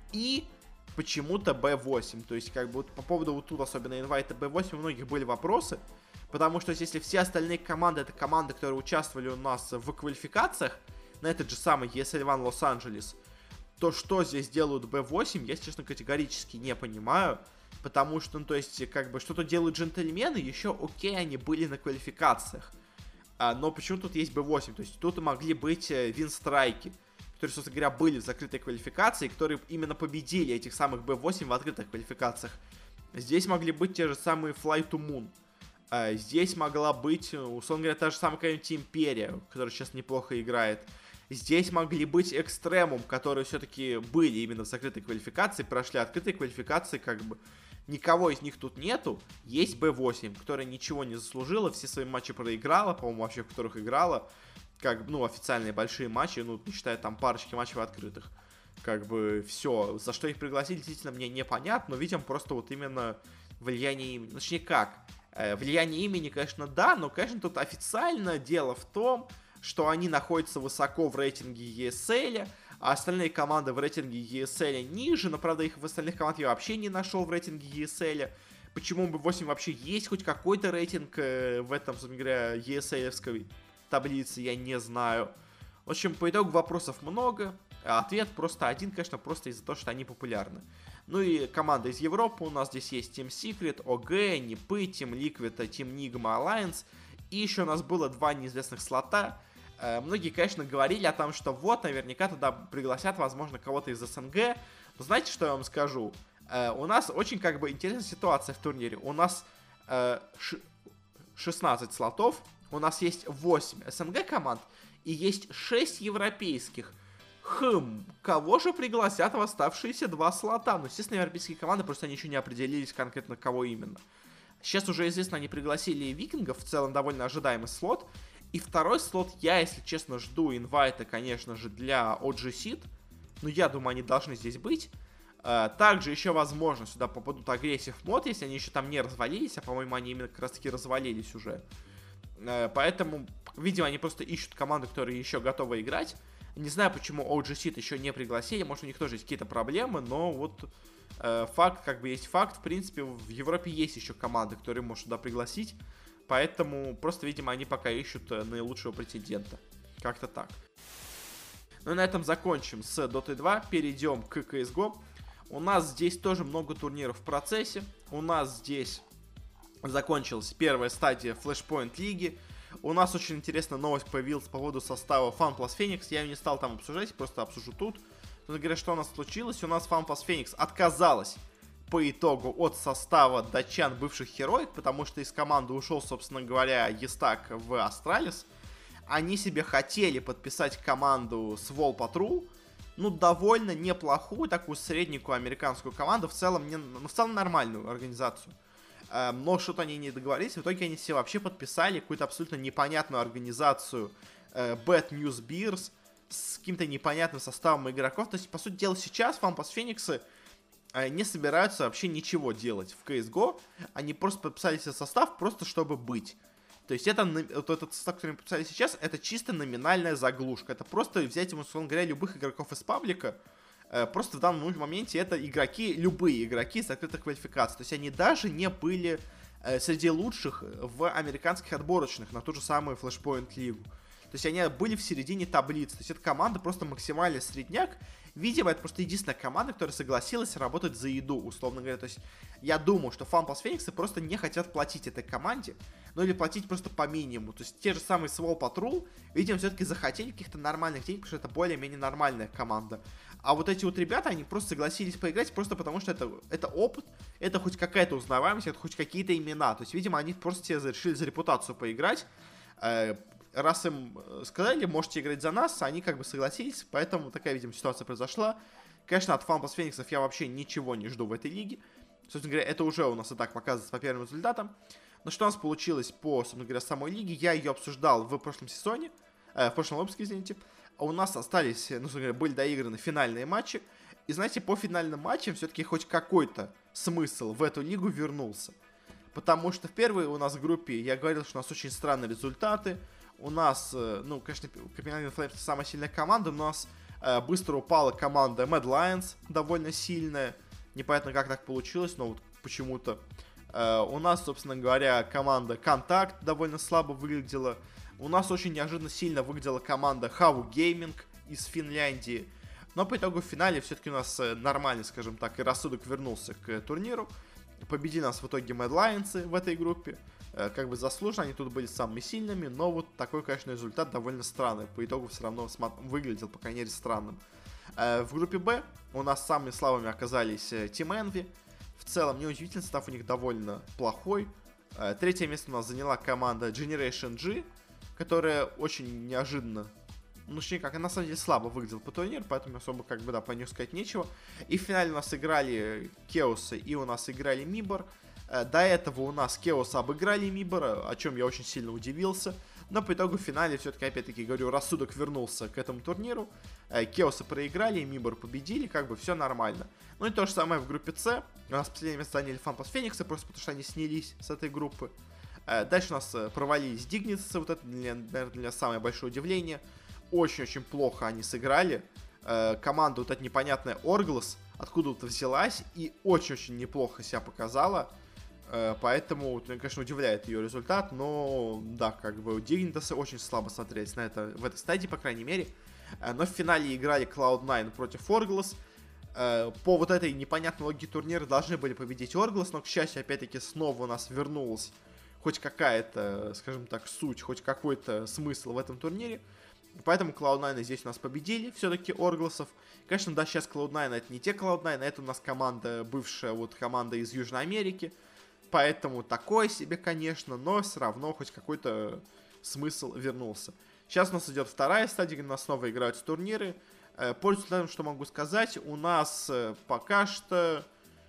и почему-то би восемь. То есть, как бы, вот по поводу вот тут, особенно инвайта би восемь, у многих были вопросы, потому что если все остальные команды — это команды, которые участвовали у нас в квалификациях, на этот же самый и эс эл One Los-Angeles, то что здесь делают би восемь, я, честно, категорически не понимаю. Потому что, ну, то есть, как бы, что-то делают джентльмены, еще окей, они были на квалификациях. А, но почему тут есть би восемь? То есть, тут могли быть Винстрайки, которые, собственно говоря, были в закрытой квалификации, которые именно победили этих самых би восемь в открытых квалификациях. Здесь могли быть те же самые Fly to Moon. А, здесь могла быть, условно говоря, та же самая какая-нибудь Империя, которая сейчас неплохо играет. Здесь могли быть Экстремум, которые все-таки были именно в закрытой квалификации, прошли открытые квалификации, как бы никого из них тут нету. Есть би восемь, которая ничего не заслужила, все свои матчи проиграла, по-моему, вообще в которых играла, как, ну, официальные большие матчи, ну, не считая там парочки матчей открытых. Как бы все, за что их пригласили, действительно мне непонятно, но видим просто вот именно влияние имени. Точнее как, э, влияние имени, конечно, да, но, конечно, тут официально дело в том, что они находятся высоко в рейтинге и эс эл, а остальные команды в рейтинге и эс эл ниже, но, правда, их в остальных команд я вообще не нашел в рейтинге и эс эл. Почему би восемь вообще есть хоть какой-то рейтинг э, в этом, собственно говоря, и эс эл-овской таблице, я не знаю. В общем, по итогу вопросов много, а ответ просто один, конечно, просто из-за того, что они популярны. Ну и команда из Европы, у нас здесь есть Team Secret, о джи, Нипы, Team Liquid, Team Nigma Alliance, и еще у нас было два неизвестных слота. Многие, конечно, говорили о том, что вот, наверняка туда пригласят, возможно, кого-то из СНГ. Но знаете, что я вам скажу? У нас очень, как бы, интересная ситуация в турнире. У нас э, шестнадцать слотов, у нас есть восемь СНГ команд и есть шесть европейских. Хм, кого же пригласят в оставшиеся два слота? Ну, естественно, европейские команды, просто они еще не определились конкретно, кого именно. Сейчас уже известно, они пригласили викингов, в целом довольно ожидаемый слот. И второй слот я, если честно, жду инвайта, конечно же, для о джи Seed. Ну, я думаю, они должны здесь быть. Также еще, возможно, сюда попадут агрессив мод, если они еще там не развалились, а, по-моему, они именно как раз-таки развалились уже. Поэтому, видимо, они просто ищут команду, которая еще готова играть. Не знаю, почему о джи Seed еще не пригласили, может, у них тоже есть какие-то проблемы, но вот э, факт, как бы есть факт. В принципе, в Европе есть еще команды, которые можно сюда пригласить, поэтому просто, видимо, они пока ищут наилучшего претендента. Как-то так. Ну и на этом закончим с Дота два, перейдем к си эс го. У нас здесь тоже много турниров в процессе, у нас здесь закончилась первая стадия Flashpoint лиги. У нас очень интересная новость появилась по поводу состава FunPlus Phoenix. Я ее не стал там обсуждать, просто обсужу тут. Тут говорят, что у нас случилось. У нас FunPlus Phoenix отказалась по итогу от состава датчан бывших Heroic, потому что из команды ушел, собственно говоря, Естак в Астралис. Они себе хотели подписать команду Swole Patrol. Ну, довольно неплохую, такую средненькую американскую команду. В целом, не, ну, в целом нормальную организацию. Но что-то они не договорились, в итоге они все вообще подписали какую-то абсолютно непонятную организацию э, Bad News Bears с каким-то непонятным составом игроков. То есть, по сути дела, сейчас FunPlus Phoenix э, не собираются вообще ничего делать в си эс го. Они просто подписали себе состав, просто чтобы быть. То есть, это, вот этот состав, который они подписали сейчас, это чисто номинальная заглушка. Это просто взять, условно говоря, любых игроков из паблика. Просто в данном моменте это игроки, любые игроки с открытой квалификацией. То есть они даже не были э, среди лучших в американских отборочных на ту же самую Flashpoint лигу. То есть они были в середине таблицы. То есть эта команда просто максимально средняк. Видимо, это просто единственная команда, которая согласилась работать за еду, условно говоря. То есть я думаю, что FunPlus Phoenix просто не хотят платить этой команде. Ну или платить просто по минимуму. То есть те же самые Swole Patrol, видимо, все-таки захотели каких-то нормальных денег, потому что это более-менее нормальная команда. А вот эти вот ребята, они просто согласились поиграть просто потому, что это, это опыт, это хоть какая-то узнаваемость, это хоть какие-то имена. То есть, видимо, они просто себе решили за репутацию поиграть. Э, раз им сказали, можете играть за нас, они как бы согласились, поэтому такая, видимо, ситуация произошла. Конечно, от FunPlus Phoenix я вообще ничего не жду в этой лиге. Собственно говоря, это уже у нас и так показывается по первым результатам. Но что у нас получилось по, собственно говоря, самой лиге, я ее обсуждал в прошлом сезоне, э, в прошлом выпуске, извините. У нас остались, ну, собственно говоря, были доиграны финальные матчи. И, знаете, по финальным матчам все-таки хоть какой-то смысл в эту лигу вернулся. Потому что в первой у нас в группе я говорил, что у нас очень странные результаты. У нас, ну, конечно, Copenhagen Flames самая сильная команда, но у нас э, быстро упала команда Mad Lions, довольно сильная. Непонятно, как так получилось, но вот почему-то. Э, у нас, собственно говоря, команда Контакт довольно слабо выглядела. У нас очень неожиданно сильно выглядела команда Havu Gaming из Финляндии. Но по итогу в финале все-таки у нас нормально, скажем так, и рассудок вернулся к турниру. Победили нас в итоге Mad Lions в этой группе. Как бы заслуженно, они тут были самыми сильными. Но вот такой, конечно, результат довольно странный. По итогу все равно выглядел, по крайней мере, странным. В группе Б у нас самыми слабыми оказались Team Envy. В целом, неудивительно, состав у них довольно плохой. Третье место у нас заняла команда Generation G, которая очень неожиданно, ну, точнее, как, на самом деле слабо выглядел по турниру, поэтому особо, как бы, да, по нему сказать нечего. И в финале у нас играли Кеосы и у нас играли Мибор. До этого у нас Кеосы обыграли Мибора, о чем я очень сильно удивился. Но по итогу в финале все-таки, опять-таки, говорю, рассудок вернулся к этому турниру. Кеосы проиграли, Мибор победили, как бы все нормально. Ну и то же самое в группе С. У нас последнее место заняли FunPlus Phoenix, просто потому что они снялись с этой группы. Дальше у нас провалились Дигницы, вот это, для, наверное, для самое большое удивление. Очень-очень плохо они сыграли. Команда вот эта непонятная Орглас откуда-то взялась и очень-очень неплохо себя показала. Поэтому, конечно, удивляет ее результат, но, да, как бы Дигнитасы очень слабо смотрелись на это, в этой стадии, по крайней мере. Но в финале играли клауд найн против Орглас. По вот этой непонятной логике турнира должны были победить Орглас, но, к счастью, опять-таки, снова у нас вернулась хоть какая-то, скажем так, суть, хоть какой-то смысл в этом турнире. Поэтому клауд найн здесь у нас победили все-таки Оргласов. Конечно, да, сейчас клауд найн это не те клауд найн, это у нас команда, бывшая вот команда из Южной Америки. Поэтому такое себе, конечно, но все равно хоть какой-то смысл вернулся. Сейчас у нас идет вторая стадия, где у нас снова играют турниры. Пользуясь тем, что могу сказать, у нас пока что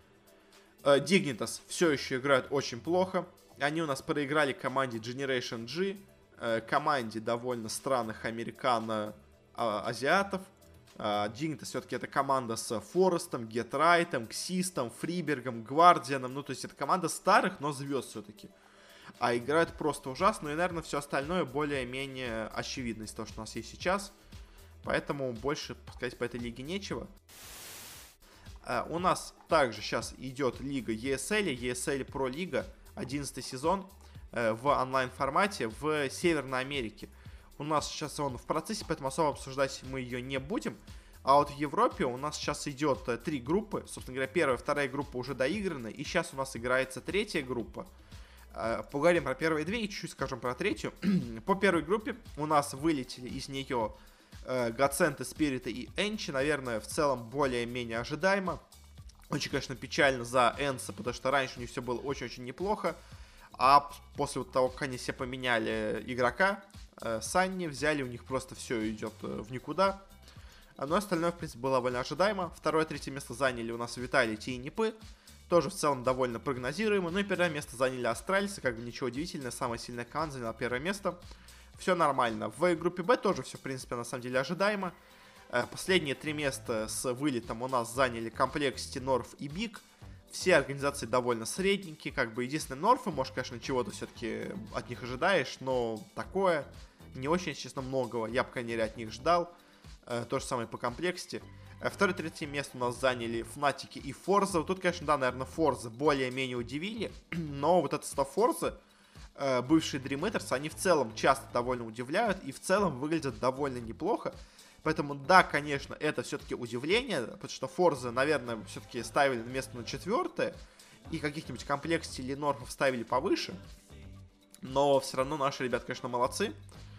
Dignitas все еще играют очень плохо. Они у нас проиграли команде Generation G, команде довольно странных американо-азиатов. Dignitas все-таки это команда с Форестом, Гетрайтом, Ксистом, Фрибергом, Гвардианом. Ну, то есть это команда старых, но звезд все-таки. А играют просто ужасно. И, наверное, все остальное более-менее очевидно из того, что у нас есть сейчас. Поэтому больше сказать по этой лиге нечего. Uh, у нас также сейчас идет лига и эс эл, и эс эл Pro Лига, одиннадцатый сезон uh, в онлайн-формате в Северной Америке. У нас сейчас он в процессе, поэтому особо обсуждать мы ее не будем. А вот в Европе у нас сейчас идет uh, три группы. Собственно говоря, первая, вторая группа уже доиграны. И сейчас у нас играется третья группа. Uh, поговорим про первые две и чуть-чуть скажем про третью. По первой группе у нас вылетели из нее Гаценты, Спириты и Энчи, наверное, в целом более-менее ожидаемо. Очень, конечно, печально за Энса, потому что раньше у них все было очень-очень неплохо. А после вот того, как они все поменяли игрока, э, Санни, взяли, у них просто все идет в никуда. Но остальное, в принципе, было довольно ожидаемо. Второе, третье место заняли у нас Виталити и Нипы. Тоже в целом довольно прогнозируемо. Ну и первое место заняли австралийцы, как бы ничего удивительного. Самая сильная команда заняла первое место. Все нормально. В группе Б тоже все, в принципе, на самом деле ожидаемо. Последние три места с вылетом у нас заняли Complexity, Норф и Биг. Все организации довольно средненькие. Как бы единственное, Норфы, может, конечно, чего-то все-таки от них ожидаешь, но такое не очень, честно, многого. Я, по крайней мере, от них ждал. То же самое по Complexity. Второе, третье место у нас заняли Фнатики и Форза. Тут, конечно, да, наверное, Форза более-менее удивили. Но вот этот состав Форза, бывшие Dream Eaters, они в целом часто довольно удивляют и в целом выглядят довольно неплохо. Поэтому, да, конечно, это все-таки удивление, потому что Форза, наверное, все-таки ставили место на четвертое, и каких-нибудь Complexity или Норфов ставили повыше. Но все равно наши ребята, конечно, молодцы.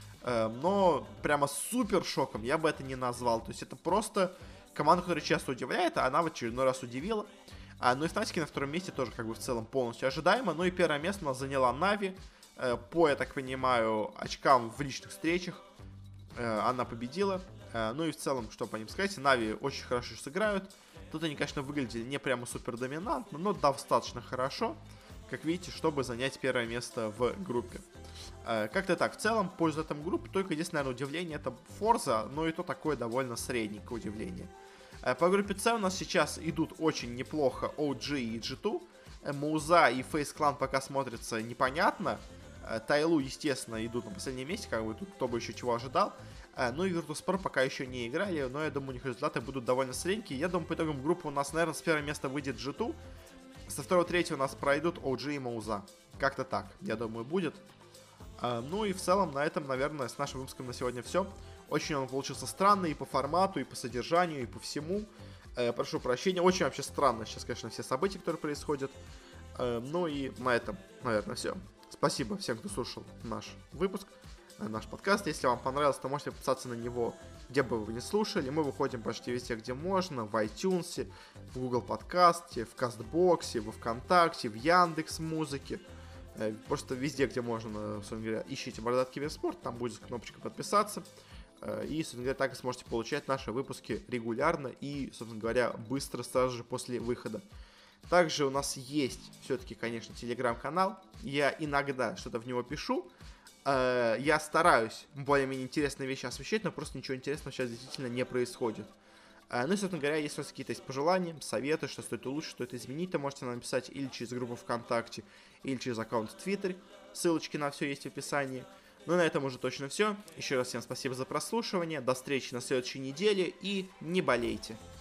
Но прямо супер шоком я бы это не назвал. То есть это просто команда, которая часто удивляет, а она в очередной раз удивила. А, ну и Фнатики на втором месте тоже как бы в целом полностью ожидаемо. Ну и первое место у нас заняла Нави. Э, по, я так понимаю, очкам в личных встречах э, она победила. Э, ну и в целом, что по ним сказать, Нави очень хорошо сыграют. Тут они, конечно, выглядели не прямо супер доминантно, но достаточно хорошо, как видите, чтобы занять первое место в группе. Э, как-то так, в целом, пользуясь этой группой, только единственное, наверное, удивление это Форза, но и то такое довольно средненькое удивление. По группе С у нас сейчас идут очень неплохо о джи и джи два. Мауза и Фейс Клан пока смотрятся непонятно. Тайлу, естественно, идут на последнем месте, как бы тут кто бы еще чего ожидал. Ну и Virtus.pro пока еще не играли, но я думаю, у них результаты будут довольно средненькие. Я думаю, по итогам группы у нас, наверное, с первого места выйдет джи два. Со второго, третьего у нас пройдут о джи и Мауза. Как-то так, я думаю, будет. Ну и в целом на этом, наверное, с нашим выпуском на сегодня все. Очень он получился странный и по формату, и по содержанию, и по всему. Э, прошу прощения. Очень вообще странно сейчас, конечно, все события, которые происходят. Э, ну и на этом, наверное, все. Спасибо всем, кто слушал наш выпуск, э, наш подкаст. Если вам понравился, то можете подписаться на него, где бы вы не слушали. Мы выходим почти везде, где можно. В iTunes, в Google подкасте, в Кастбоксе, во Вконтакте, в Яндекс.Музыке. Э, просто везде, где можно, собственно говоря, ищите Бородатый Киберспорт. Там будет кнопочка подписаться. И, собственно говоря, так и сможете получать наши выпуски регулярно и, собственно говоря, быстро, сразу же после выхода. Также у нас есть все-таки, конечно, телеграм-канал. Я иногда что-то в него пишу. Я стараюсь более-менее интересные вещи освещать, но просто ничего интересного сейчас действительно не происходит. Ну и, собственно говоря, если у вас какие-то есть пожелания, советы, что стоит улучшить, что это изменить, то можете нам написать или через группу ВКонтакте, или через аккаунт в Твиттере. Ссылочки на все есть в описании. Ну и на этом уже точно все. Еще раз всем спасибо за прослушивание. До встречи на следующей неделе и не болейте.